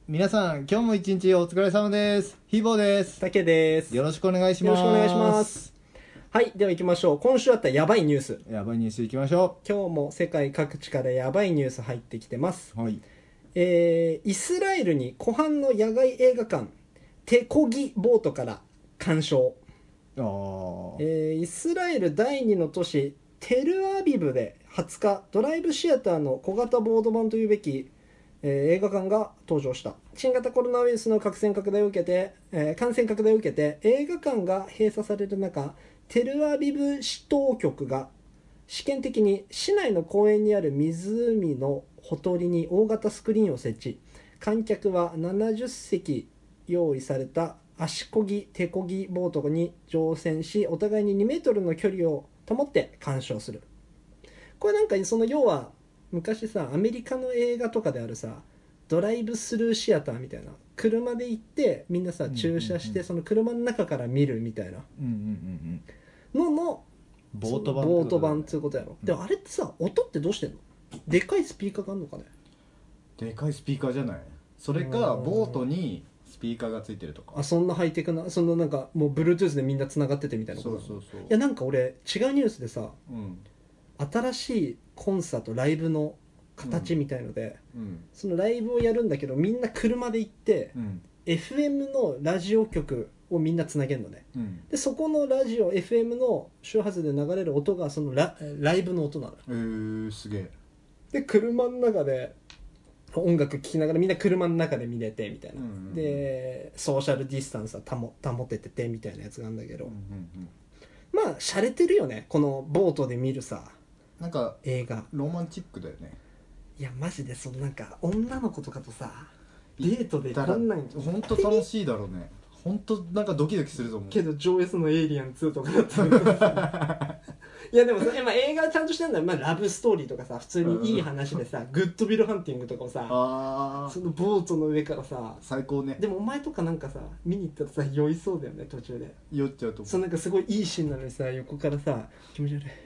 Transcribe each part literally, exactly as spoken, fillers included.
皆さん今日も一日お疲れ様です。ひーぼーです。 たけです。 よろしくお願いします。 よろしくお願いします。はい、では行きましょう。今週あったやばいニュース。 やばいニュース行きましょ今日も世界各地からやばいニュース入ってきてます。 う。はい。 えー、イスラエルに湖畔の野外映画館テコギボートから鑑賞。 あー、 えー、イスラエル第二の都市テルアビブではつかドライブシアターの小型ボード版というべき、えー映画館が登場した。新型コロナウイルスの感染拡大を受けて、えー感染拡大を受けて映画館が閉鎖される中、テルアビブ市当局が試験的に市内の公園にある湖のほとりに大型スクリーンを設置。観客はななじゅっせき用意された足こぎ手こぎボートに乗船し、お互いににメートルの距離を保って鑑賞する。これなんかその要は昔さ、アメリカの映画とかであるさ、ドライブスルーシアターみたいな、車で行ってみんなさ駐車して、その車の中から見るみたいなうんうんうんののうん。ボート版ボート版っていうことやろ、 うん、 でもあれってさ、音ってどうしてんの？でかいスピーカーがあるのかね？ でかいスピーカーじゃない？それかボートにスピーカーがついてるとか。 あ、そんなハイテクな、そのなんかもう Bluetooth でみんな繋がっててみたいなことなの？ そうそうそう。 いやなんか俺違うニュースでさ、 うん。 新しいコンサートライブの形みたいので、 うん。 そのライブをやるんだけどみんな車で行って、 うん。 エフエム のラジオ局をみんなつなげるのね。 うん。 でそこのラジオ エフエム の周波数で流れる音がその ラ, ライブの音なの。 えー、すげえ。 で車の中で音楽聴きながらみんな車の中で見れてみたいな、 うんうんうん、 でソーシャルディスタンスは保保てててみたいなやつがあるんだけど、 うんうんうん、 まあ洒落てるよね、このボートで見るさ、 なんか映画。 ロマンチックだよね。 いやマジでそのなんか女の子とかとさデートでこんなん本当楽しいだろうね。本当なんかドキドキすると思うけどジョーエスのエイリアンツーとかだったらいやでもさ、まあ、映画はちゃんとしてるんだよ、まあ、ラブストーリーとかさ普通にいい話でさ、グッドビルハンティングとかをさ、 あそのボートの上からさ、 最高ね。 でもお前とかなんかさ見に行ったらさ酔いそうだよね、途中で。 酔っちゃうと思う。 そうなんかすごいいいシーンなのにさ、横からさ気持ち悪い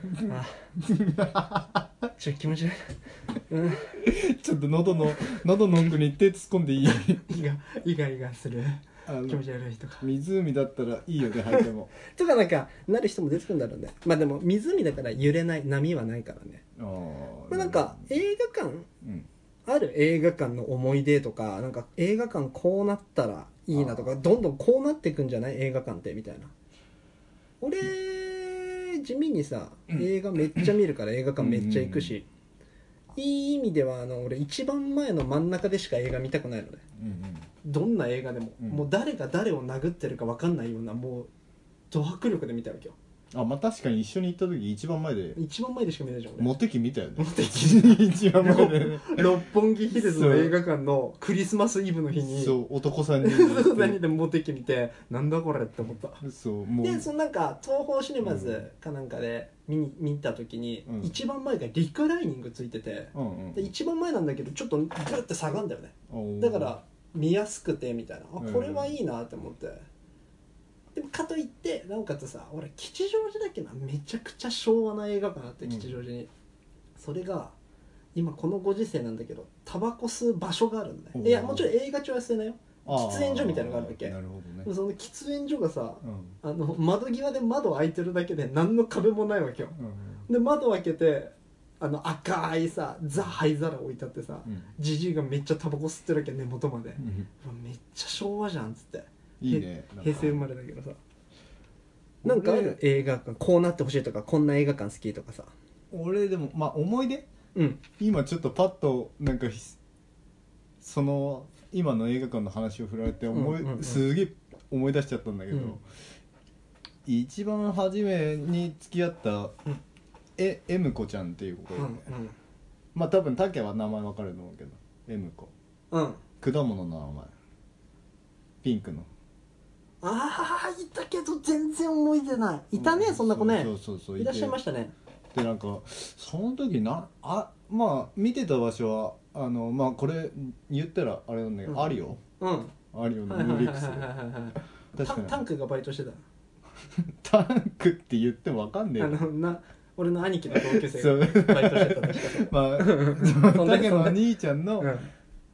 あちょっと気持ち悪い、うん、 ちょっと喉の喉の奥に手突っ込んでいい？ イガイガイガするあの気持ち悪いとか湖だったらいいよね、入ってもとかなんかなる人も出てくるんだろうね。まあでも湖だから揺れない、波はないからね。 あ、 まあ、なんか映画館、 うん、 ある映画館の思い出とか、なんか映画館こうなったらいいなとか、どんどんこうなっていくんじゃない映画館ってみたいな。俺地味にさ映画めっちゃ見るから映画館めっちゃ行くし、いい意味ではあの俺一番前の真ん中でしか映画見たくないのね、 うんうん、 どんな映画でも、 うん、 もう誰が誰を殴ってるか分かんないようなもうド迫力で見たわけよ。 あ、まあ確かに一緒に行った時一番前で一番前でしか見ないじゃん俺。 モテ期見たよね。 モテ期一番前で、ね、 六本木ヒルズの映画館のクリスマスイブの日にそう男さんにん男さんにんでモテ期見て、なんだこれって思った。 そうもうでそのなんか東宝シネマズかなんかで見に見た時に、 うん、 一番前がリクライニングついてて、 うんうん、 で一番前なんだけどちょっとグッて下がんだよね。だから見やすくてみたいな、あこれはいいなって思って、うん、でもかといってなおかつさ、俺吉祥寺だっけな、めちゃくちゃ昭和な映画館あって、吉祥寺に、うん、それが今このご時世なんだけどタバコ吸う場所があるんだよ。いやもちろん映画中は吸えないよ、喫煙所みたいなのがあるわけ。 なるほどね。 その喫煙所がさ、 うん、 あの窓際で窓開いてるだけで何の壁もないわけよ、うん、で窓開けてあの赤いさザ灰皿置いてあってさ、じじいがめっちゃタバコ吸ってるわけ、根元まで、うん、めっちゃ昭和じゃんっつって。 いいね。 平成生まれだけどさ、なんかある映画館こうなってほしいとか、こんな映画館好きとかさ。 俺でもまあ思い出、 うん、今ちょっとパッとなんかその今の映画館の話を振られて思い、うんうんうん、すげえ思い出しちゃったんだけど、うん、一番初めに付き合った、うん、え M 子ちゃんっていう子がいて、うんうん、まあ多分タケは名前分かると思うけど M 子、うん、果物の名前ピンクの。 ああいたけど全然思い出ない。いたね、うん、そんな子ね。 そうそうそう、 いらっしゃいましたね。 でなんかその時なあまあ見てた場所はあのまあこれ言ったらあれなんだけど、うん、アリオ、うん、アリオのムービックス確かにタンクがバイトしてたタンクって言っても分かんねえあのな俺の兄貴の同級生がバイトしてた確かまあだけどお兄ちゃんの、うん、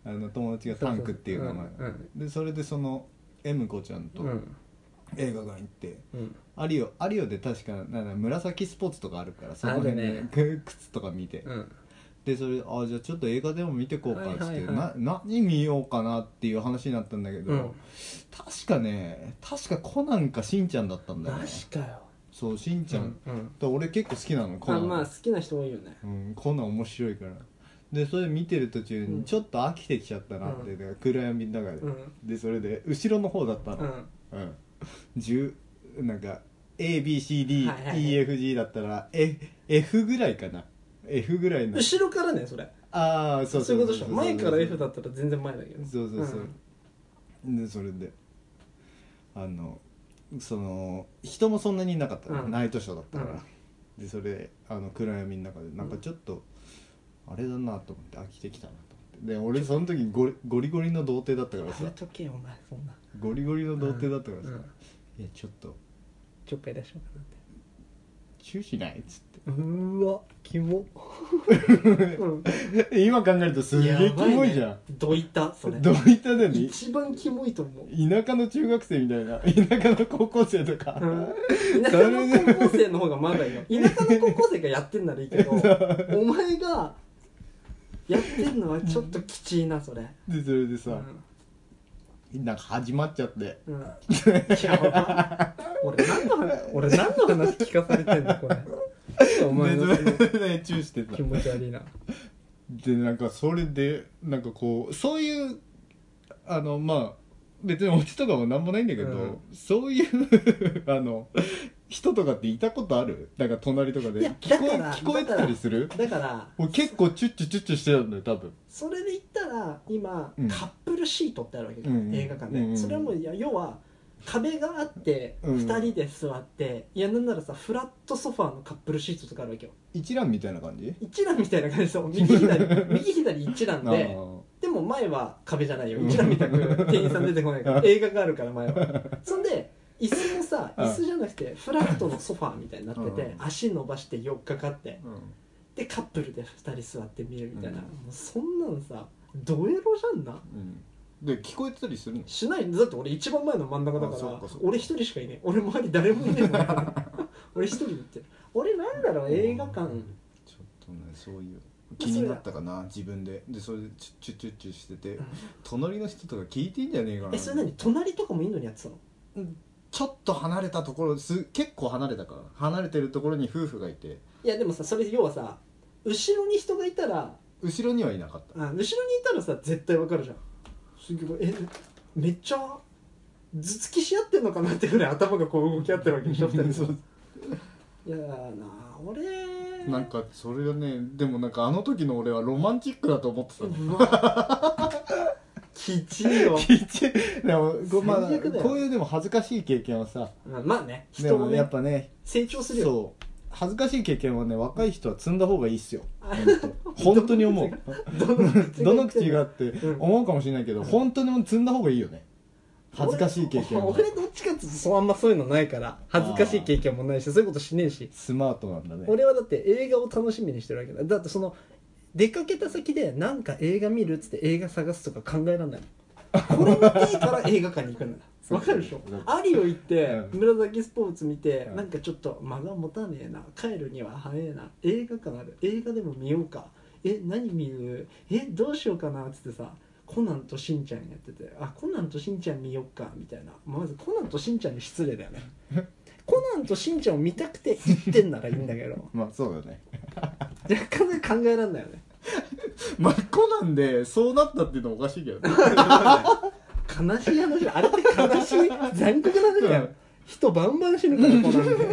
あの友達がタンクっていう名前、 うんうんでそれでその M 子ちゃんとうん映画館行って、 うんアリオアリオで確かなんだ紫スポーツとかあるからその辺で、 あるね靴とか見て、 うんでそれであじゃあちょっと映画でも見てこうかっつって、 はいはいはいな何見ようかなっていう話になったんだけど、 うん確かね確かコナンかしんちゃんだったんだよね。 マジかよ。 そうしんちゃん、 うんうんだから俺結構好きなのコナン。 あまあ好きな人多いよね。 うん、コナン面白いから。でそれ見てる途中うんにちょっと飽きてきちゃったなって、 うんだから暗闇の中で、 うんでそれで後ろの方だったの、 うんうん、じゅうなんか エービーシーディーイーエフジーはいはいはいだったら F, F ぐらいかな F ぐらいの後ろからねそれ。 ああそうそういうことでしょ。前から F だっったら全然前だけど。 そうそうそう、でそれであのその人もそんなにいなかったの、 うんナイトショーだったから、 うんでそれであの暗闇の中でなんかちょっと、あれだなと思って飽きてきたなと思ってで俺その時ゴリゴリゴリの童貞だったからさやめとけよお前そんな。 ゴリゴリの童貞だったからさ、 うんいやちょっとちょっかい出しようかなって。 チューしないっつってうーわキモ。うん今考えるとすげえキモいじゃん、 やばいねどいたそれ。 どういったのに一番キモいと思う。 田舎の中学生みたいな田舎の高校生とか、 田舎の高校生の方がまだいいよ。田舎の高校生がやってんならいいけどお前がやってんのはちょっときちいなそれ。 でそれでさ、 うんなんか始まっちゃってうん、やば俺何の話俺何の話聞かされてんのこれ。お前のそのでそれでチューしてた気持ち悪いな。 でなんかそれでなんかこうそういうあのまあ別にオチとかもなんもないんだけど、 うん、 そういうあの人とかっていたことある？なんか隣とかでいや聞こえだから聞こえてたりする？ だからもう結構チュッチュチュッチュしてたんだよ多分。 それで言ったら今、 うんカップルシートってあるわけじゃん、 うん映画館で、 うんそれはもういや要は壁があってうんふたりで座って、いやなんならさフラットソファーのカップルシートとかあるわけよ。 一覧みたいな感じ？ 一覧みたいな感じでそう右左右左一覧であーでも前は壁じゃないよ一覧みたく店員さん出てこないから映画があるから前はそんで椅子もさうん椅子じゃなくてフラットのソファーみたいになっててうん足伸ばしてよっかかってうんでカップルでふたり座って見るみたいな、 うんもうそんなんさドエロじゃんな。 うんで聞こえてたりするの？ しないんだだって俺一番前の真ん中だからあそうかそうか俺一人しかいねえ俺周り誰もいねえもん俺一人で行ってる。俺なんだろう映画館、 ちょっとねそういう気になったかな自分ででそれでチュッチュッチュッチュしてて、 うん隣の人とか聞いてんじゃねえかな。 えそれ何隣とかもインドにやってたの？ ちょっと離れたところす結構離れたから離れてるところに夫婦がいていやでもさそれ要はさ後ろに人がいたら後ろにはいなかった。 あ後ろにいたらさ絶対わかるじゃん。すげええめっちゃ頭突きし合ってんのかなってぐらい頭がこう動き合ってるわけでしょふたりそういやーな俺なんかそれがねでもなんかあの時の俺はロマンチックだと思ってたの。 うわきちいよきちでもこうまあ最悪だよこういうでも恥ずかしい経験はさまあまあねでも人もねやっぱね成長するよ。 そう恥ずかしい経験はね若い人は積んだ方がいいっすよあ本当本当に思うどの口どの口があってうん思うかもしれないけど、本当に積んだ方がいいよね恥ずかしい経験は俺俺どっちかっていうとそうあんまそういうのないから恥ずかしい経験もないしそういうことしねえしスマートなんだね。 俺はだって映画を楽しみにしてるわけだ。だってその出かけた先でなんか映画見るっつって映画探すとか考えられないこれ見ていいから映画館に行くんだわかるでしょ。アリオ行ってうん紫スポーツ見てうんなんかちょっと間が持たねえな帰るには早えな映画館ある映画でも見ようかえ何見るえどうしようかなっつってさコナンとしんちゃんやっててあコナンとしんちゃん見よっかみたいなまずコナンとしんちゃんに失礼だよねコナンとしんちゃんを見たくて行ってんならいいんだけどまあそうだね若干考えらんないよねまあコナンでそうなったっていうのはおかしいけどね悲しい話あれって悲しい残酷な話だよ、 うん人バンバン死ぬからコナンで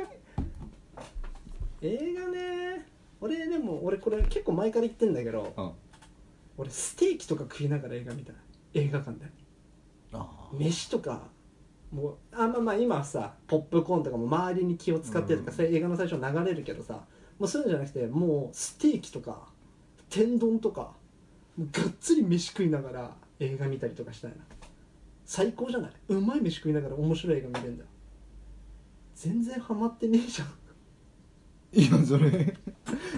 映画ね俺でも俺これ結構前から言ってんだけど、 うん俺ステーキとか食いながら映画見たい映画館であ飯とかもうあまあまあ今はさポップコーンとかも周りに気を使ってとか、 うんそれ映画の最初流れるけどさもうそういうんじゃなくてもうステーキとか天丼とかもうがっつり飯食いながら映画見たりとかしたいな。最高じゃない？うまい飯食いながら面白い映画見れんだよ。全然ハマってねえじゃん。 いやそれ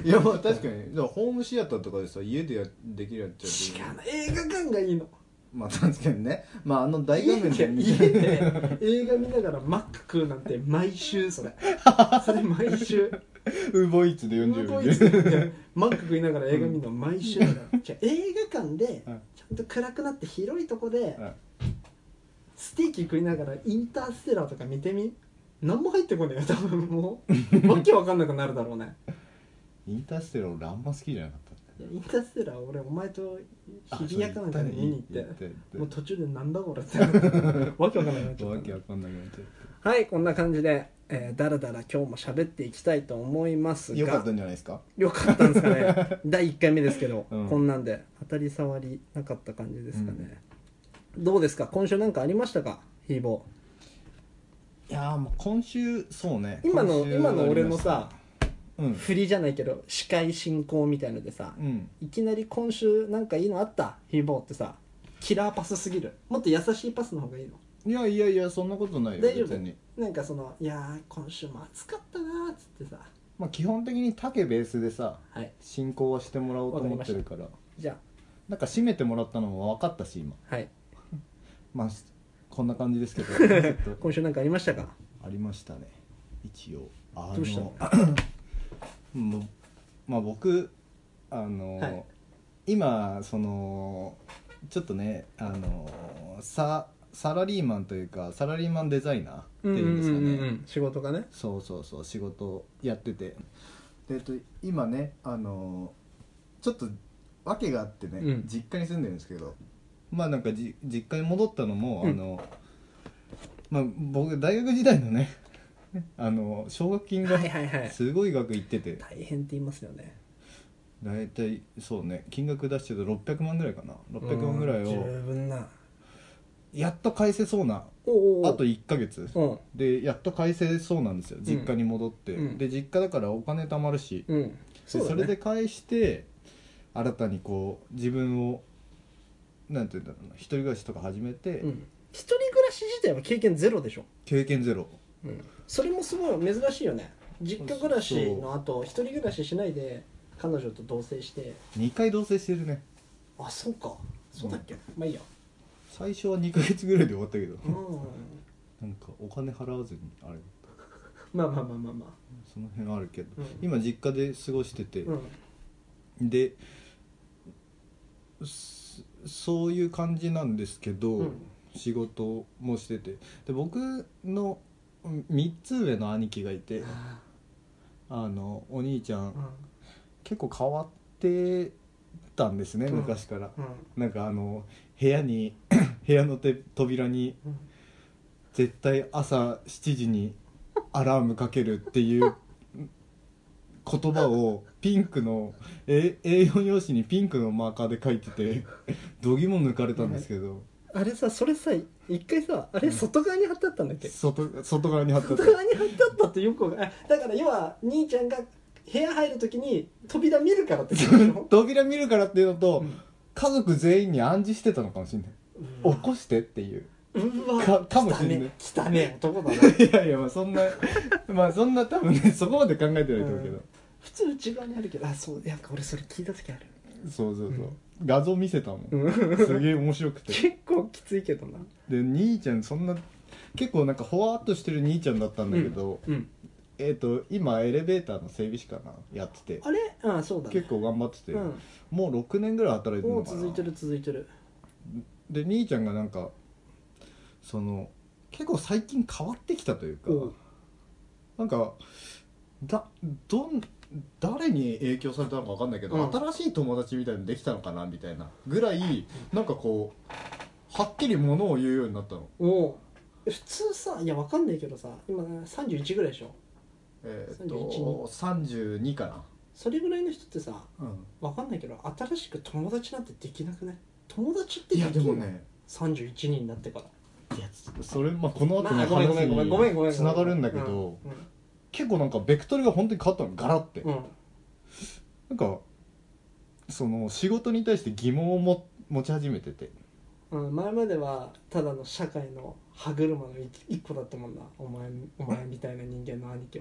いやまあ確かにだからホームシアターとかでさ家でやできるやっちゃう違うな、映画館がいいの。 まあ確かにね、まああの大画面家でで見家てで映画見ながらマック食うなんて毎週それそれ毎週ウーボーイーツでよんじゅうウーボびーイーツでマック食いながら映画見るの毎週だから、じゃあ映画館でうんちゃんと暗くなって広いとこでうんステーキ食いながらインターステラーとか見てみ、何も入ってこねえよ多分。もうわけわかんなくなるだろうね。 インターステラー俺あんま好きじゃなかったいやインターステラー俺お前と日比谷かなんかで見に行ってもう途中でなんだこれってわけわかんなくなっちゃったわけわかんなくなっちゃっはいこんな感じで、えー、だらだら今日も喋っていきたいと思いますがたよかったんじゃないですか。 よかったんですかねだいいっかいめですけど、 うんこんなんで当たり障りなかった感じですかね、うん、どうですか今週なんかありましたかヒーボいやーもう今週そうねー今の今週今の俺のありましたさうん振りじゃないけど司会進行みたいのでさ、 うんいきなり今週なんかいいのあったヒーボーってさキラーパスすぎる、もっと優しいパスの方がいいの。 いやいやいやそんなことないよ大丈夫別に。 なんかそのいやー今週も暑かったなーっつってさ、 まあ基本的に竹ベースでさはい進行はしてもらおうと思ってるからじゃなんか締めてもらったのも分かったし今あはいまあこんな感じですけどちょっと今週なんかありましたか。 ありましたね一応あのどうしたのもうまあ僕あの、 はい今そのちょっとねあのササラリーマンというかサラリーマンデザイナーっていうんですかね、 うんうんうんうん仕事がね。 そうそうそう仕事をやっててで、えっと、今ねあのちょっと訳があってね、 うん実家に住んでるんですけどまあなんかじ実家に戻ったのも、 うんあのまあ僕大学時代のねあの奨学金がはいはいはいすごい額いってて、 大変って言いますよね。 大体そうね金額出してるとろっぴゃくまんぐらいかなろっぴゃくまんぐらい十を分な。 やっと返せそうなおうおうあといっかげつうんでやっと返せそうなんですよ実家に戻って、 うんで実家だからお金貯まるし、 うんでそうだねそれで返して新たにこう自分をなんていうんだろうな一人暮らしとか始めて、 うん一人暮らし自体は経験ゼロでしょ。 経験ゼロうんそれもすごい珍しいよね。実家暮らしの後一人暮らししないで彼女と同棲して。 にかい同棲してるね。 あそうかそうだっけ、まあいいや。 最初はにかげつぐらいで終わったけどうんなんかお金払わずにあれまあまあまあまあまあその辺あるけど、 うん今実家で過ごしてて、 うんでそそういう感じなんですけど、 うん仕事もしててで僕のみっつ上の兄貴がいてあのお兄ちゃん、 うん結構変わってたんですね、 うん昔からうんなんかあの部屋に部屋のて扉にうん絶対朝しちじにアラームかけるっていう言葉をピンクの エーよん 用紙にピンクのマーカーで書いてて度肝抜かれたんですけどあれさそれさ一回さあれ外側に貼ってあったんだっけ、 外外側に貼ってあっ外側に貼ってあったってよくわかんないだから要は兄ちゃんが部屋入るときに扉見るからってことでしょた扉見るからっていうのと、 うん家族全員に暗示してたのかもしれない起こしてっていううわかかもしれない汚ね汚ね男だないやいやまあそんなまあそんな多分ねそこまで考えてないと思うけど、 普通内側にあるけどあそうなんか俺それ聞いた時あるそうそうそう、 うん画像見せたもん、 うんすげえ面白くて結構きついけどなで兄ちゃんそんな結構なんかほわっとしてる兄ちゃんだったんだけど、 うんえっ、と今エレベーターの整備士かなやっててあれあそうだね結構頑張ってて、 うんもうろくねんぐらい働いてるもうのかな続いてる続いてるで兄ちゃんがなんかその結構最近変わってきたというかおうなんかだどん誰に影響されたのか分かんないけど、 うん新しい友達みたいのできたのかなみたいなぐらいなんかこうはっきりものを言うようになったの。 おう普通さいやわかんないけどさ今さんじゅういちぐらいでしょえー、っさんじゅういちとさんじゅうにかな、 それぐらいの人ってさうん、 わかんないけど新しく友達なんてできなくない友達っていやできるのでもねさんじゅういちにんになってからいやそれ、まあ、この後のまあごめんごめんごめんごめんごめん話につながるんだけど、 うん結構なんかベクトルが本当に変わったのガラッて、 うんなんかその仕事に対して疑問をも持ち始めててうん、前まではただの社会の歯車の一一個だったもんなお前お前みたいな人間の兄貴は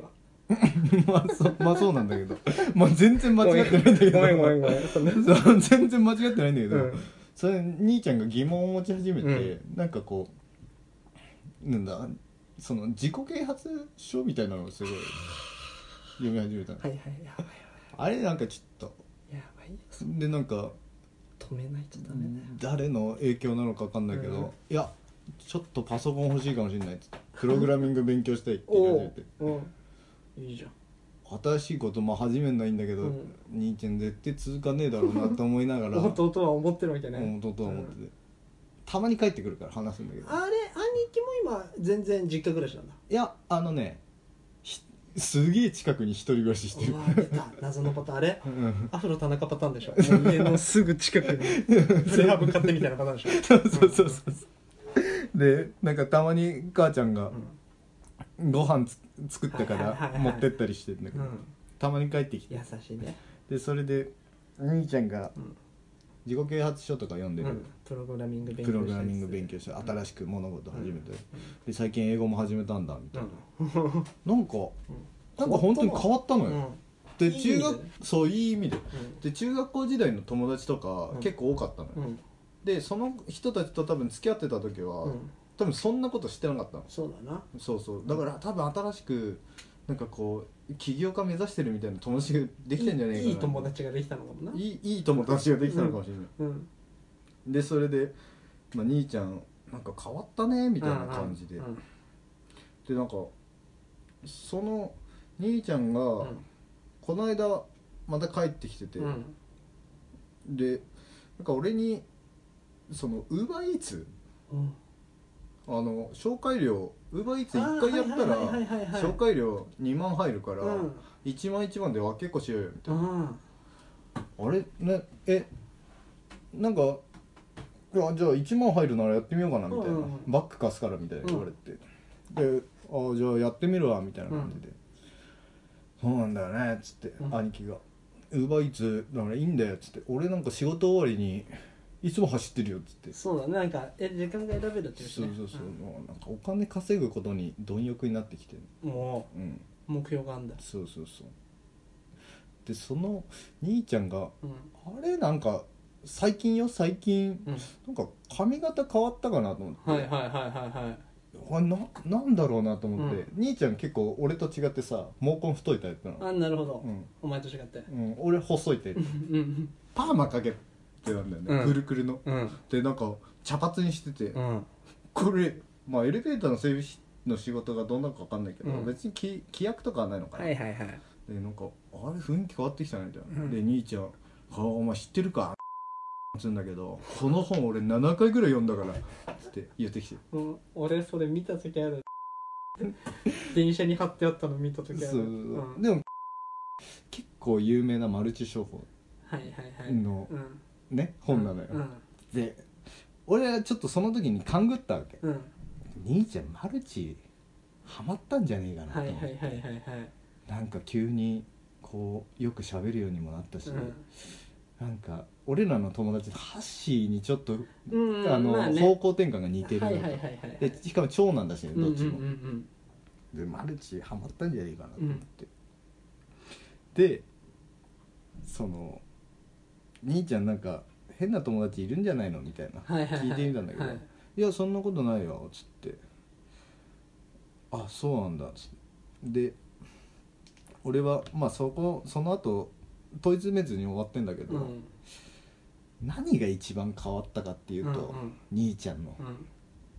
まあそうまあそうなんだけどまあ全然間違ってないんだけどごめんごめんごめんそれそう全然間違ってないんだけど、 うんそれ兄ちゃんが疑問を持ち始めて、 うんなんかこうなんだその自己啓発書みたいなのをすごい読み始めたの、 はいはいやばいあれなんかちょっやばいよとでなんか止めないとダメだよ誰の影響なのか分かんないけど、 うんいやちょっとパソコン欲しいかもしれないっつってプログラミング勉強したいって言い始めておおいいじゃん新しいことも始めんないいんだけど、 うん兄ちゃん絶対続かねえだろうなと思いながら弟は思ってるわけね弟は思ってて、たまに帰ってくるから話すんだけど、 あれ兄貴も今全然実家暮らしなんだいやあのねひすげえ近くに一人暮らししてるうわ出た謎のパターンあれうんアフロ田中パターンでしょもう家のすぐ近くにプレハブ買ってみたいなパターンでしょそうそうそうそうでなんかたまに母ちゃんがご飯つ作ってかはいはいはいはいら持ってったりしてるんだけど、 うんたまに帰ってきて優しいねでそれで兄ちゃんがうん自己啓発書とか読んでる、 うんプログラミング勉強プログラミング強勉強して新しく物事始めて、 うんで最近英語も始めたんだみたいな、 うんなんかなんか本当に変わったのよ、 うんでいい意味で中学そういい意味でうんで中学校時代の友達とかうん結構多かったのよ、 うんでその人たちと多分付き合ってた時は、 うん多分そんなことしてなかったのそうだなそうそうだから多分新しくなんかこう起業家目指してるみたいな友達ができてんじゃねえかないい友達ができたのかもないいいい友達ができたのかもしれない、 うんでそれで、まあ、兄ちゃんなんか変わったねみたいな感じで、 うんうんでなんかその兄ちゃんがうんこの間また帰ってきてて、 うんでなんか俺にそのウーバーイーツうんあの紹介料ウーバーイーツいっかいやったらあーはいはいはいはいはい紹介料にまん入るから、 うんいちまんいちまんで分けっこしようよみたいな、 うんあれねえなんかいやじゃあいちまん入るならやってみようかなみたいな、 うんうんバック貸すからみたいな言われて、であじゃあやってみるわみたいな感じで、そうなんだよねっつって、 うん兄貴がウーバーイーツだからいいんだよっつって俺なんか仕事終わりにいつも走ってるよっつってそうだねなんかえ時間が選べるっていうしねそうそうそう、もうなんかお金稼ぐことに貪欲になってきてる、 うんもうん、 う目標があんだそうそうそうでその兄ちゃんがうんあれなんか最近よ最近うんなんか髪型変わったかなと思って、 はいはいはいはいはいあななんだろうなと思って、 うん兄ちゃん結構俺と違ってさ毛根太いタイプなの、 あなるほど、 うんお前と違ってうん、俺細いタイプうんパーマかけてなんだよね、 うんくるくるのうんでなんか茶髪にしてて、 うんこれまあエレベーターの整備の仕事がどんなのか分かんないけど、 うん別に規規約とかはないのかな、 はいはいはいでなんかあれ雰囲気変わってきたねみたいな、 うんで兄ちゃん「あお前知ってるか?」っつうんだけど「この本俺ななかいぐらい読んだから」って言ってきてうん俺それ見た時ある電車に貼ってあったの見た時あるそう、 うんでも結構有名なマルチ商法はいはいはいのうんね本なのよ、 うんで俺はちょっとその時に勘ぐったわけ、 うん兄ちゃんマルチハマったんじゃねえかなとはい思って、 はいはいはいはいなんか急にこうよく喋るようにもなったし、 うんなんか俺らの友達のハッシーにちょっと、 うんあのまあね方向転換が似てるなと、 はいはいはいはいでしかも長男だしねどっちも、 うんうんでマルチハマったんじゃねえかなと思って、でその兄ちゃんなんか変な友達いるんじゃないのみたいな、 はいはいはい聞いてみたんだけど、 はいいやそんなことないよつって、あそうなんだつってで俺はまあそこその後問い詰めずに終わってんだけど、 うん何が一番変わったかっていうと、 うんうん兄ちゃんのうん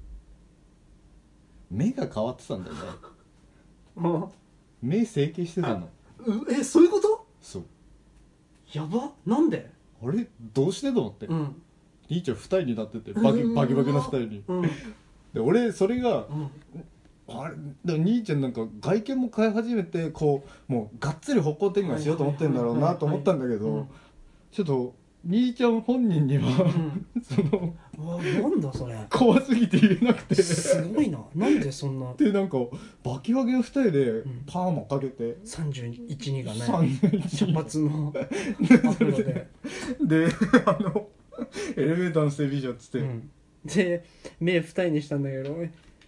目が変わってたんだよねも目整形してたの。 うえそういうことそうやばなんであれどうしてと思って、 うん兄ちゃん二人になっててバキうんバキバキの二人にうんで俺それがうんあれだから兄ちゃんなんか外見も変え始めてこうもうがっつり方向転換しようと思ってんだろうなと思ったんだけうんどちょっと兄ちゃん本人には、 んそのうわなんだそれ怖すぎて言えなくてすごいななんでそんなでなんかバキバキの二人でんパーマかけて、 さんじゅういちにがねさんじゅういち茶髪のアフロで、 であのエレベーターの整備士っつって、 うん、で目二重にしたんだけど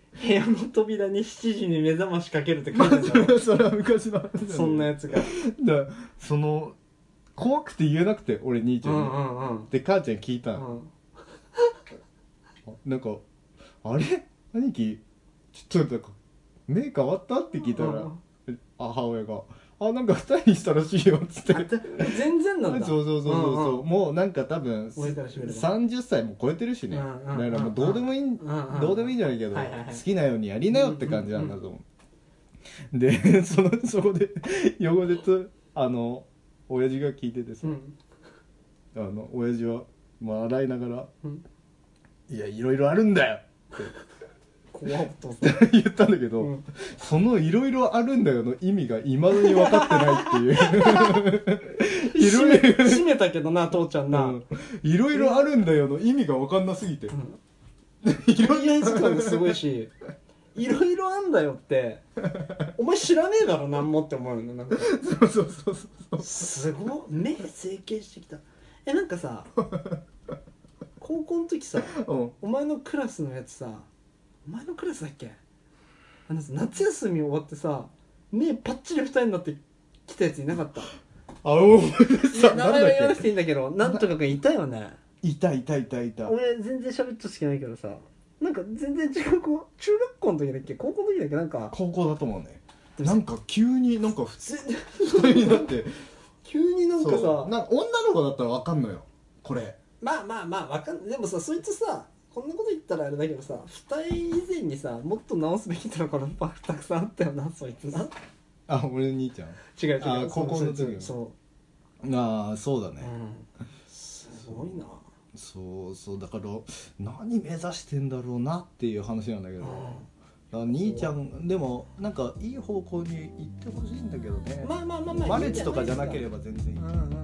部屋の扉にしちじに目覚ましかけるって書いてあるそれは昔の話だ、ね、 そんなやつがだその怖くて言えなくて俺兄ちゃんに、 うんうんうん、 で母ちゃんに聞いたの、うん、なんかあれ兄貴ちょっとなんか目変わったって聞いたら、うんうん、母親があなんか二重にしたらしいよっつって全然なんだそうそうそうそうそう、うんうん、もうなんか多分さんじゅっさいも超えてるしね、うんうんうん、だからもうどうでもいい、うんうん、どうでもいいんじゃないけど、はいはいはい、好きなようにやりなよって感じなんだと思う、うんうんうん、でそのそこで横でつあの親父が聞いててさ、うん、あの親父は笑いながら、うん、いやいろいろあるんだよって怖っと言ったんだけど、うん、そのいろいろあるんだよの意味がいまだに分かってないっていう閉め閉めたけどな父ちゃんな、 いろいろあるんだよの意味が分かんなすぎて、うん、 いろいろ時間がすごいしいろいろあんだよってお前知らねえだろなんもって思うのなんかそうそうそうそうすごい目整形してきたえなんかさ高校の時さ、うん、お前のクラスのやつさお前のクラスだっけあの夏休み終わってさ目パッチリ二重になってきたやついなかったあおいさ名前は言わなくていいんだけどなんとかくんいたよねいたいたいたいた俺全然喋った好きないけどさなんか全然違う子中学校の時だっけ高校の時だっけなんか高校だと思うねなんか急になんか普通になって急になんかさなんか女の子だったら分かんのよこれまあまあまあわかんでもさそいつさこんなこと言ったらあれだけどさ二重以前にさもっと直すべきところたくさんあったよなそいつなあ俺の兄ちゃん違う違うあ高校の時そうああそうだね、 うん、すごいなそうそうだから何目指してんだろうなっていう話なんだけど、うん、兄ちゃんでもなんかいい方向に行ってほしいんだけどねまあまあまあまあマレッジとかじゃなければ全然いい、うんうんうん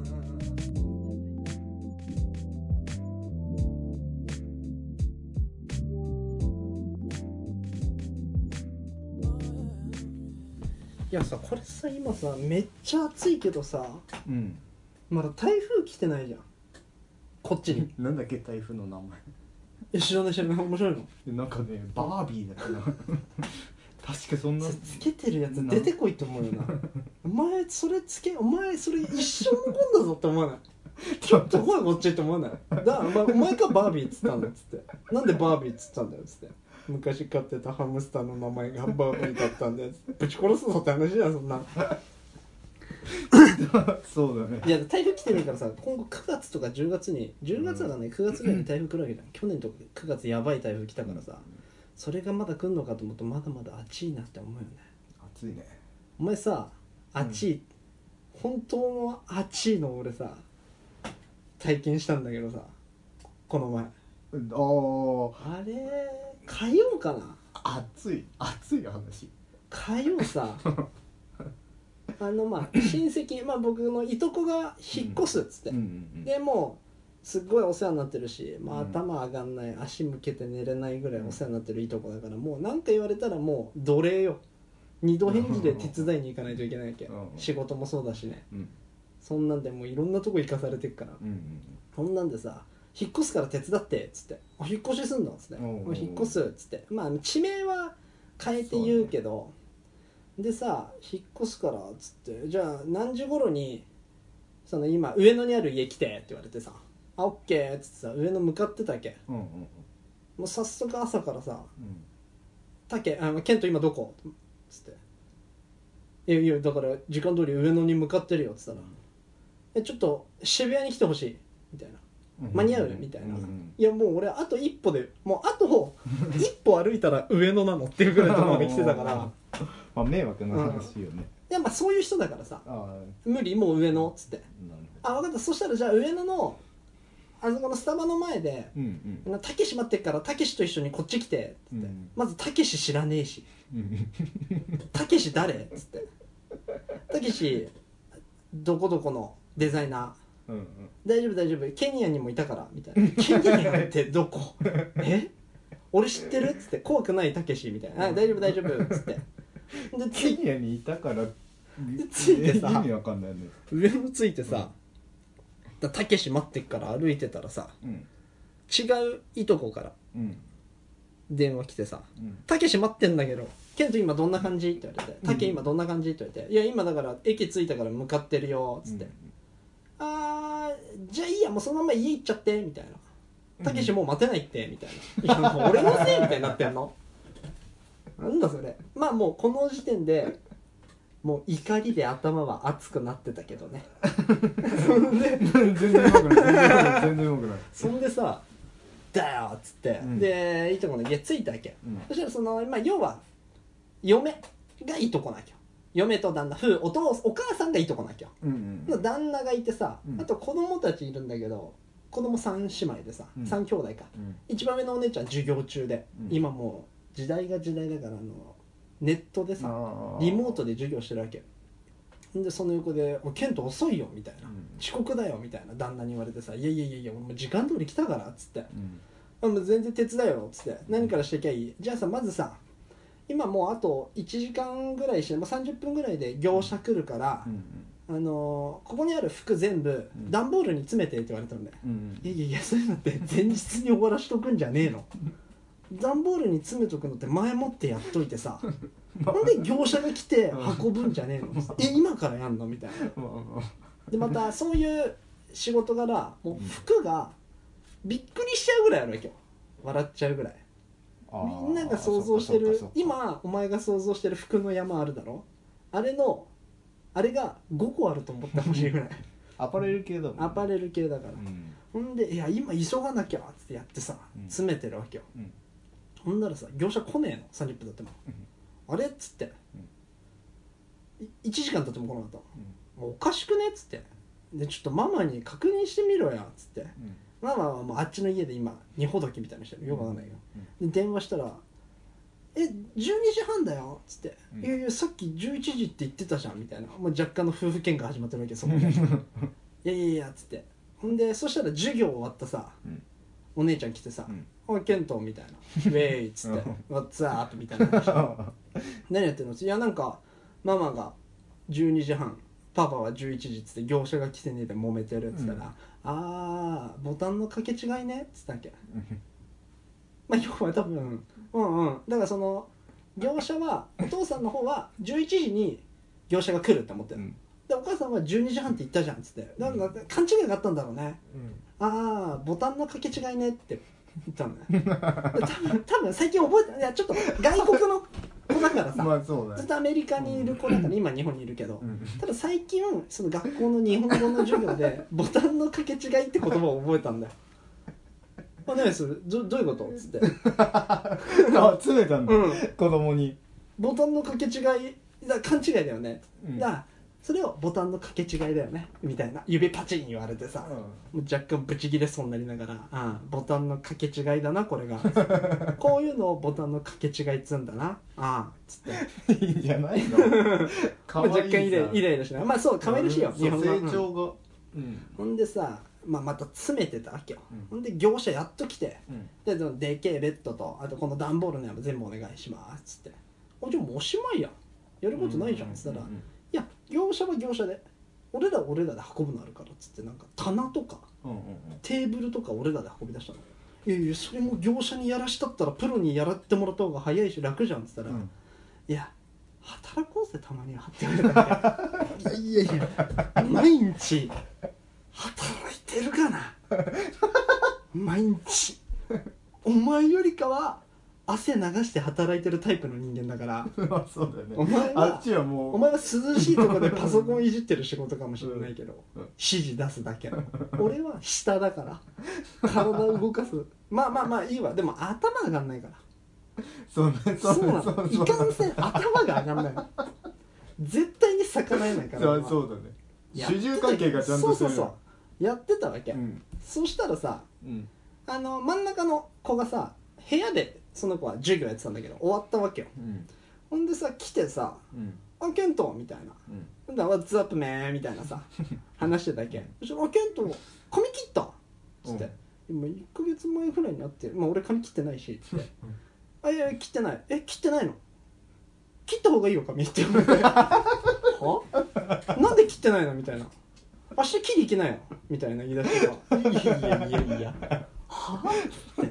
いやさこれさ今さめっちゃ暑いけどさ、 うん、 まだ台風来てないじゃんこっちになんだっけ台風の名前え知らない知らない面白いのなんかねバービーだったな確かそんなつけてるやつ出てこいと思うよなお前それつけお前それ一生残んだぞって思わないちょっと来いこっちって思わないだからお前お前かバービーっつったんだっつってなんでバービーっつったんだよっつって昔飼ってたハムスターの名前がバービーだったんでぶち殺すぞって話じゃんそんなそうだねいや台風来てないからさ今後くがつとかじゅうがつにじゅうがつだからねくがつぐらいに台風来るわけじゃん去年とかくがつやばい台風来たからさそれがまだ来んのかと思うとまだまだ暑いなって思うよね暑いねお前さ暑い、うん、本当の暑いの俺さ体験したんだけどさこの前あれ火曜かな暑い暑い話火曜さあのまあ親戚、まあ、僕のいとこが引っ越すっつって、うんうんうんうん、でもうすっごいお世話になってるし、まあ、頭上がんない足向けて寝れないぐらいお世話になってるいとこだからもう何か言われたらもう奴隷よ二度返事で手伝いに行かないといけないわけ仕事もそうだしね、うん、そんなんでもういろんなとこ行かされてっから、うんうんうん、そんなんでさ引っ越すから手伝ってっつってあ引っ越しすんのっつって引っ越すっつってまあ地名は変えて言うけどでさ引っ越すからっつってじゃあ何時頃にその今上野にある家来てって言われてさあオッケーっつってさ上野向かってたわけ、うんうんうん、もう早速朝からさ「たけ、あのケント今どこ?」っつって「いやいやだから時間通り上野に向かってるよ」っつったら「えちょっと渋谷に来てほしい」みたいな間に合うみたいな、うんうん、いやもう俺あと一歩でもうあと一歩歩いたら上野なのっていうぐらいのところまで来てたからまあ迷惑な話よね、うん、いやまあそういう人だからさ無理もう上野っつってあ分かったそしたらじゃあ上野のあそこのスタバの前でたけし待ってっからたけしと一緒にこっち来てっつって、うん、まずたけし知らねえしたけし誰っつってたけしどこどこのデザイナーうんうん、大丈夫大丈夫ケニアにもいたからみたいなケニアってどこえ俺知ってるっつって怖くないたけしみたいなあ大丈夫大丈夫っつってでケニアにいたからでついてさ意味わかんないね上のついてさたけし待ってっから歩いてたらさ、うん、違ういとこから、うん、 電話来てさうん 「たけし待ってんだけどケント今どんな感じ?」って言われて「 うんたけ今どんな感じ?」って言われて「いや今だから駅着いたから向かってるよ」っつってうん 「あーじゃあいいやもうそのまま家行っちゃって」みたいな「たけしもう待てないって」みたいな「いやもう俺のせい」みたいになってんのなんだそれ。まあもうこの時点でもう怒りで頭は熱くなってたけどねそんで全然うまくない全然うまくないそんでさ「だよ」っつって、 うんでいとこの家着いたわけ、 うんそしたらその、まあ、要は嫁がいとこなきゃ嫁と旦那夫お父お母さんがいとこなきゃ、 うんうん旦那がいてさ、 うんあと子供たちいるんだけど子供さん姉妹でさ、 うんさん兄弟か、 うん一番上のお姉ちゃん授業中で、 うん今もう時代が時代だからあのネットでさあーリモートで授業してるわけでその横で「もうケント遅いよ」みたいな、 うん遅刻だよ」みたいな旦那に言われてさ「いやいやいやいやもう時間通り来たから」っつってうん 「あもう全然手伝えよ」っつって「何からしてきゃいい?」じゃあさまずさ今もうあといちじかんぐらいして、まあ、さんじゅっぷんぐらいで業者来るから、 うんあのーここにある服全部うん段ボールに詰めてって言われたんだよ、 うんいやいやいやそういうのって前日に終わらしとくんじゃねえの段ボールに詰めとくのって前もってやっといてさなんで業者が来て運ぶんじゃねえのえ今からやんのみたいなまあまあでまたそういう仕事柄もう服がびっくりしちゃうぐらいあるわけよ笑っちゃうぐらいあーみんなが想像してるそうかそうか今お前が想像してる服の山あるだろあれのあれがごこあると思ってほしいぐらいアパレル系だもんねアパレル系だから、 うんほんでいや今急がなきゃっつってやってさうん詰めてるわけよ、 うんほんならさ業者来ねえのさんじゅっぷん経っても、あれっつって、いいちじかん経っても来なかったの、おかしくねっつってでちょっとママに確認してみろやっつってうんママはもうあっちの家で今荷ほどきみたいにしてるよくわかんないけど、で電話したら「えじゅうにじはんだよ」っつって「 うんいやいやさっきじゅういちじって言ってたじゃん」みたいなもう若干の夫婦喧嘩始まってるわけそこで「いやいやいや」っつってほんでそしたら授業終わったさ、 うんお姉ちゃん来てさうん 「おいケント」みたいな「ウェイ」っつって「ワッツアップ」みたいな話何やってんのいやなんかママがじゅうにじはんパパはじゅういちじっつって業者が来てねえで揉めてるっつったら「 うんああボタンの掛け違いね」っつったっけまあ要は多分うんうんだからその業者はお父さんの方はじゅういちじに業者が来るって思ってる、 うんでお母さんはじゅうにじはんって言ったじゃんっつってだから勘違いがあったんだろうね、ああボタンの掛け違いねって言ったのねで多分多分最近覚えていやちょっと外国の子だからさ、 まあそうだねずっとアメリカにいる子だから今日本にいるけど、 うんただ最近その学校の日本語の授業でボタンの掛け違いって言葉を覚えたんだよあ何それどどういうことっつってあ詰めたんだ、 うん子供に、 ボタンの掛け違いだ勘違いだよね、 うんだからそれをボタンの掛け違いだよねみたいな指パチン言われてさ、もう若干ブチギレそうになりながら「ああボタンの掛け違いだなこれがこういうのをボタンの掛け違いっつうんだなああ」つっていいんじゃないのかまあわいいさ若干イライライラしないまあそう可愛らしいよそう日本語は成長がうんほんでさ、まあ、また詰めてたわけよ、 うんほんで業者やっと来てうんでそのでけえベッドとあとこの段ボールの山全部お願いしますっつって「おじゃあもうおしまいやんやることないじゃん」っつったら「 うんうんいや業者は業者で俺らは俺らで運ぶのあるから」っつってなんか棚とかうんうんテーブルとか俺らで運び出したの。いやいやそれも業者にやらしたったらプロにやらってもらった方が早いし楽じゃんっつったら「 うんいや働こうぜたまには」って言われたわけいやいやいや毎日働いてるかな毎日お前よりかは汗流して働いてるタイプの人間だからまあそうだよねお前はあっちはもうお前は涼しいところでパソコンいじってる仕事かもしれないけど、 うんうん指示出すだけ俺は下だから体動かすまあまあまあいいわでも頭上がんないからそうねそうなそうのいかんせん頭が上がんないの絶対に逆らえないからそう俺はそうだねやってた主従関係がちゃんとしてるそうそうそうやってたわけ、 うんそしたらさうんあの真ん中の子がさ部屋でその子は授業やってたんだけど終わったわけようんほんでさ来てさうん 「あケント」みたいなうん 「なんだ What's up man」みたいなさ話してただけそしたら「あケント髪切った」っつって「今いっかげつまえぐらいになってまあ俺髪切ってないし」っつって「あいやいや切ってないえ切ってないの切った方がいいよ髪」って言われて「はなんで切ってないの?」みたいな「明日切り行けないよ」みたいな言い出してさ「いやいやいやいやはあ?」って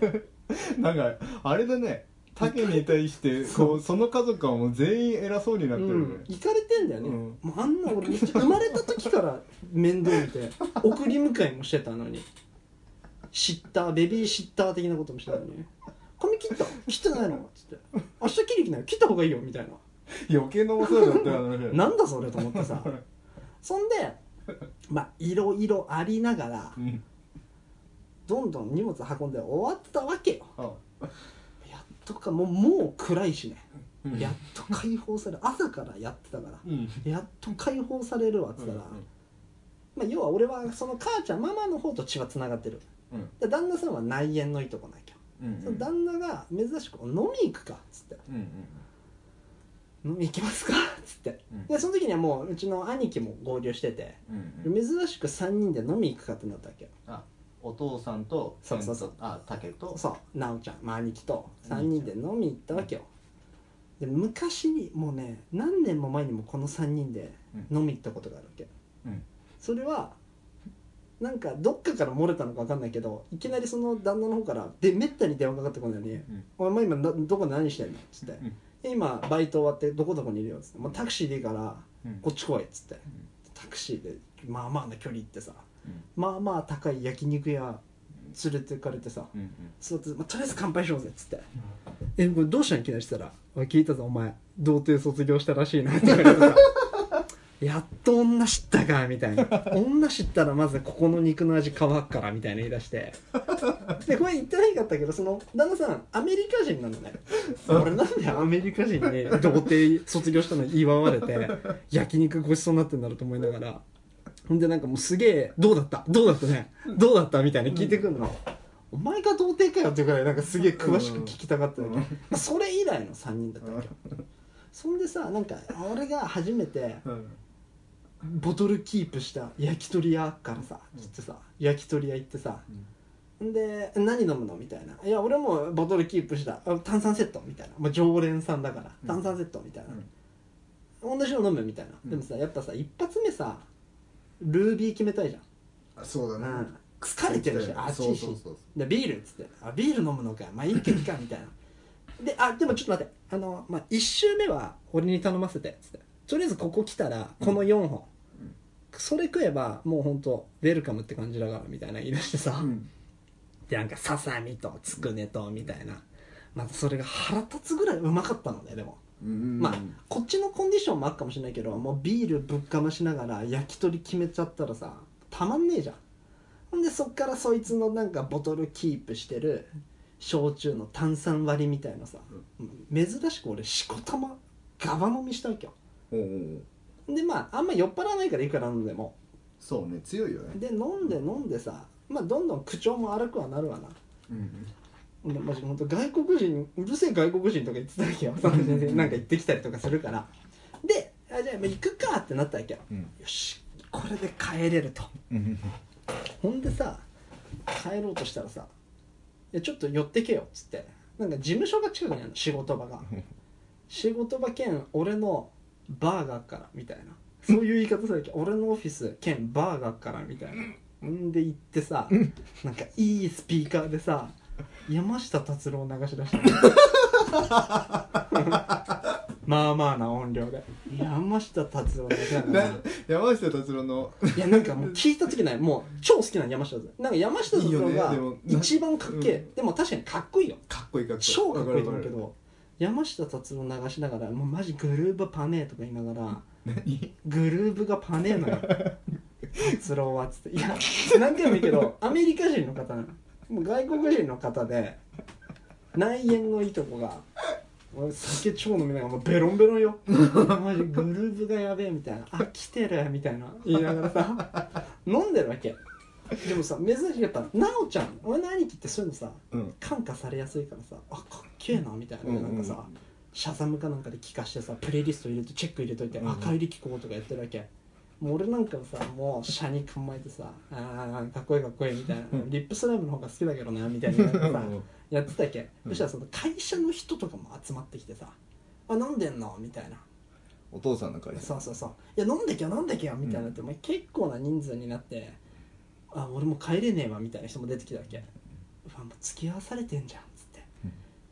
なんかあれだね、タケに対してこうその家族はもう全員偉そうになってるね、うん、 行かれてんだよね、うん、もうあんな俺めっちゃ生まれた時から面倒見て送り迎えもしてたのに、シッターベビーシッター的なこともしてたのに、髪切った切ってないのっつって明日切りきない切った方がいいよみたいな、 余計なお世話だったよねなんだそれと思ってさそんでまあいろいろありながら、うん、どんどん荷物運んで終わったわけよ、ああやっとかもうもう暗いしね、うん、やっと解放される朝からやってたから、うん、やっと解放されるわっつったら、うんうん、まあ、要は俺はその母ちゃんママの方と血はつながってる、うん、で旦那さんは内縁のいとこなきゃ、うんうん、その旦那が珍しく飲み行くかっつって、うんうん、飲み行きますかっつって、うん、でその時にはもううちの兄貴も合流してて、うんうん、珍しくさんにんで飲み行くかってなったわけよ。 あ、お父さんとそうそうそう、 あ、竹とそう直ちゃん、まあ、兄貴とさんにんで飲み行ったわけよ。で昔にもうね何年も前にもこのさんにんで飲み行ったことがあるわけ、うん、それはなんかどっかから漏れたのか分かんないけど、いきなりその旦那の方からでめったに電話かかってこないのに、うん、お前今どこで何してんのっつって、うん、今バイト終わってどこどこにいるよっつって、もうタクシーでいいからこっち来いっつって、うん、タクシーでまあまあな距離行ってさ、うん、まあまあ高い焼肉屋連れてかれてさ、うんうん、そうやって、まあ、とりあえず乾杯しようぜっつって、うん、えこれどうしたんいきなりしたら、おい聞いたぞお前童貞卒業したらしいなって言われてさやっと女知ったかみたいな女知ったらまずここの肉の味変わっからみたいな言い出してでこれ言ってないかったけど、その旦那さんアメリカ人なのね俺なんでアメリカ人に童貞卒業したの祝われて焼肉ごちそうになってんだろうと思いながら、ほんでなんかもうすげえどうだったどうだったねどうだったみたいな聞いてくるの、うん、お前が童貞かよっていうくらいなんかすげえ詳しく聞きたかったわけ、うんうん、それ以来のさんにんだったわけそんでさ、なんか俺が初めて、うんボトルキープした焼き鳥屋からさ、うん、ちょっとさ焼き鳥屋行ってさ、うん、で何飲むのみたいな、いや俺もボトルキープした炭酸セットみたいな、まあ、常連さんだから炭酸セットみたいな、うん、同じの飲むみたいな、うん、でもさやっぱさ一発目さルービー決めたいじゃん。 あそうだね、うん、 疲れてるし暑いし、でビールっつってあビール飲むのかまあいいけどいいかみたいなで、あでもちょっと待ってあの、まあ、いち周目は俺に頼ませてっつってとりあえずここ来たらこのよんほん、うんそれ食えばもうほんとウェルカムって感じだからみたいな言い出してさ、うん、でなんかささみとつくねとみたいな、またそれが腹立つぐらいうまかったのね。でも、うん、まあこっちのコンディションもあるかもしれないけど、もうビールぶっかましながら焼き鳥決めちゃったらさたまんねえじゃん。ほんでそっからそいつのなんかボトルキープしてる焼酎の炭酸割りみたいなさ、うん、珍しく俺しこたまガバ飲みしたわけよ。おうおうでまああんま酔っ払わないからいくら飲んでもそうね強いよね。 で飲んで飲んでさ、まあどんどん口調も荒くはなるわな。うんうん、でマジ本当外国人うるせえ外国人とか言ってたわけよ。なんか行ってきたりとかするから。であじゃあ行くかってなったわけよ。うん、よしこれで帰れると。ほんでさ帰ろうとしたらさいやちょっと寄ってけよっつってなんか事務所が近くにあるの仕事場が仕事場兼俺のバーガーからみたいなそういう言い方されて俺のオフィス兼バーガーからみたいなんで行ってさなんかいいスピーカーでさ山下達郎を流し出したまあまあな音量で山下達郎の山下達郎のいやなんかもう聞いた時ないもう超好きな山下達郎なんか山下達郎が一番かっけえ、うん、でも確かにかっこいいよかっこいいかっこいい超かっこいいと思うけど山下達郎流しながらもうマジグルーブパネーとか言いながら何グルーブがパネーのよ達郎はっつっていや何回もいいけどアメリカ人の方なのもう外国人の方で内縁のいとこが酒超飲みながらもうベロンベロンよマジグルーブがやべえみたいなあ来てるみたいな言いながらさ飲んでるわけでもさ珍しいやっぱなおちゃん俺の兄貴ってそういうのさ、うん、感化されやすいからさあかっけえなみたいな、うんうん、なんかさシャザムかなんかで聞かしてさプレイリスト入れてチェック入れといて、うんうん、あ帰り聞こうとかやってるわけもう俺なんかさもう車に構えてさあかっこいいかっこいいみたいな、うん、リップスライムの方が好きだけどなみたいなさやってたっけ、うん、そしたらその会社の人とかも集まってきてさあ飲んでんのみたいなお父さんの会社そうそうそういや飲んできゃ飲んできゃみたいなって、うん、結構な人数になってあ俺も帰れねえわみたいな人も出てきたわけうわもう付き合わされてんじゃんっつっ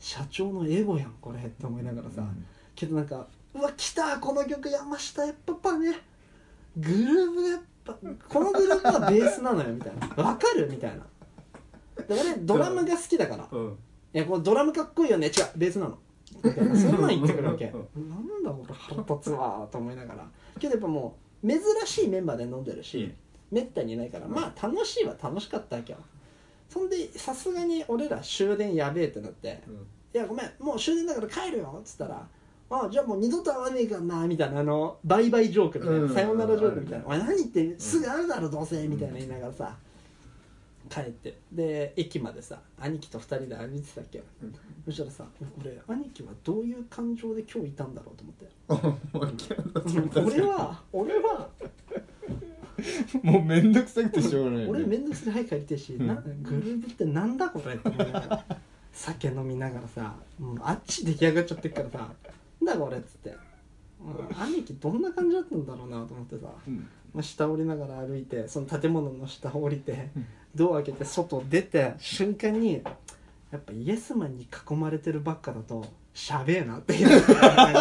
社長のエゴやんこれって思いながらさ、うん、けどなんかうわ来たこの曲山下やっぱねグルーブがやっぱこのグルーブはベースなのよみたいなわかるみたいな。で俺ドラムが好きだから、うん、いやこのドラムかっこいいよね違うベースなのみたいなそんなん言ってくるわけなんだ俺腹立つわと思いながらけどやっぱもう珍しいメンバーで飲んでるしめったにいないからまあ楽しいは楽しかったわけよ。そんでさすがに俺ら終電やべえってなって、うん、いやごめんもう終電だから帰るよっつったらあじゃあもう二度と会わねえからなみたいなあのバイバイジョークみたいな、うん、さよならジョークみたいな、うん、お前何言ってすぐ会うだろどうせみたいな言いながらさ帰ってで駅までさ兄貴と二人で歩いてたっけよ、うん、そしたらさ俺兄貴はどういう感情で今日いたんだろうと思って俺は俺はもうめんどくさくてしょうがない、ね、 俺めんどくさくて早く帰りてえし、うん、なグルーブってなんだこれって思いながら酒飲みながらさもうあっち出来上がっちゃってっからさなんだこれっつって、うん、兄貴どんな感じだったんだろうなと思ってさ、うんまあ、下降りながら歩いてその建物の下降りて、うん、ドア開けて外出て瞬間にやっぱイエスマンに囲まれてるばっかだとしゃべえなって言うし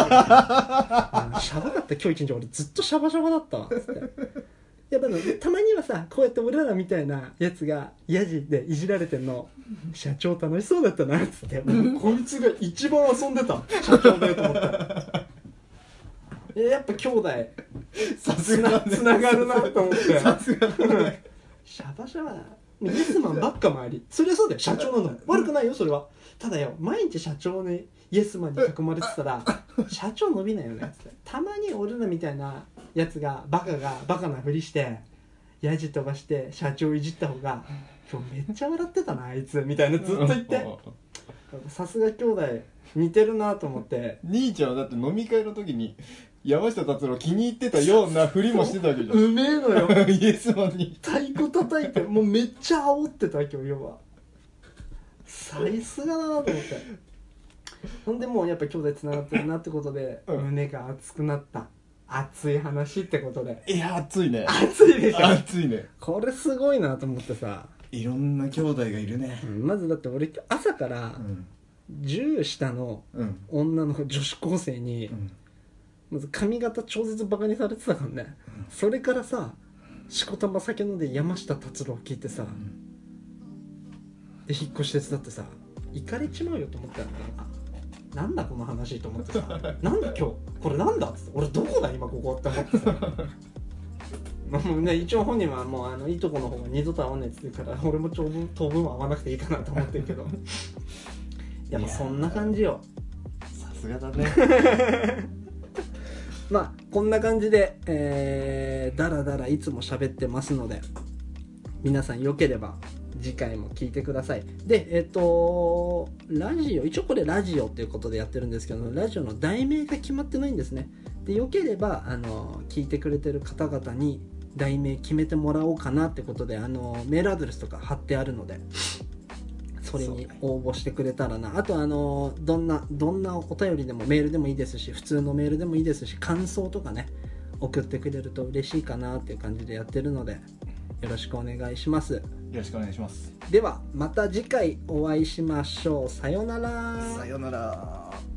ゃばかった今日一日俺ずっとシャバシャバだったわっつってやっぱたまにはさこうやって俺らみたいなやつがヤジでいじられてんの社長楽しそうだったなっつってこいつが一番遊んでた社長だよと思ったえやっぱ兄弟さすがつながるなと思ってさすがシャバシャバイエスマンばっか周りそりゃそうだよ社長なの悪くないよそれはただよ毎日社長にイエスマンに囲まれてたら社長伸びないよねっつってたまに俺らみたいなやつがバカがバカなふりしてヤジ飛ばして社長いじった方が今日めっちゃ笑ってたなあいつみたいなずっと言ってさすが兄弟似てるなと思って兄ちゃんはだって飲み会の時に山下達郎気に入ってたようなふりもしてたわけじゃんうめえのよイエスマンに太鼓叩いてもうめっちゃ煽ってた今日要はさすがだなと思ってほんでもうやっぱ兄弟つながってるなってことで、うん、胸が熱くなった熱い話ってことでいや熱いね熱いでしょ熱いねこれすごいなと思ってさいろんな兄弟がいるね、 うん、まずだって俺朝からじゅう下の女の女子高生に、うん、まず髪型超絶バカにされてたからね、うん、それからさしこたま酒飲んで山下達郎聞いてさ、うん、で引っ越し手伝ってさ行かれちまうよと思ったんだからなんだこの話と思ってさなんだ今日これなんだっつって俺どこだ今ここって思ってさもうね一応本人はもうあのいいとこの方が二度と会わないって言うから俺も当分当分は会わなくていいかなと思ってるけどいやもうそんな感じよさすがだねまあこんな感じで、えー、だらだらいつも喋ってますので皆さんよければ次回も聞いてください。でえっ、ー、とラジオ一応これラジオっていうことでやってるんですけどラジオの題名が決まってないんですね。でよければあの聞いてくれてる方々に題名決めてもらおうかなってことであのメールアドレスとか貼ってあるのでそれに応募してくれたらな。あとあのどんなどんなお便りでもメールでもいいですし普通のメールでもいいですし感想とかね送ってくれると嬉しいかなっていう感じでやってるのでよろしくお願いします。よろしくお願いします。 ではまた次回お会いしましょう。さよなら。 さよなら。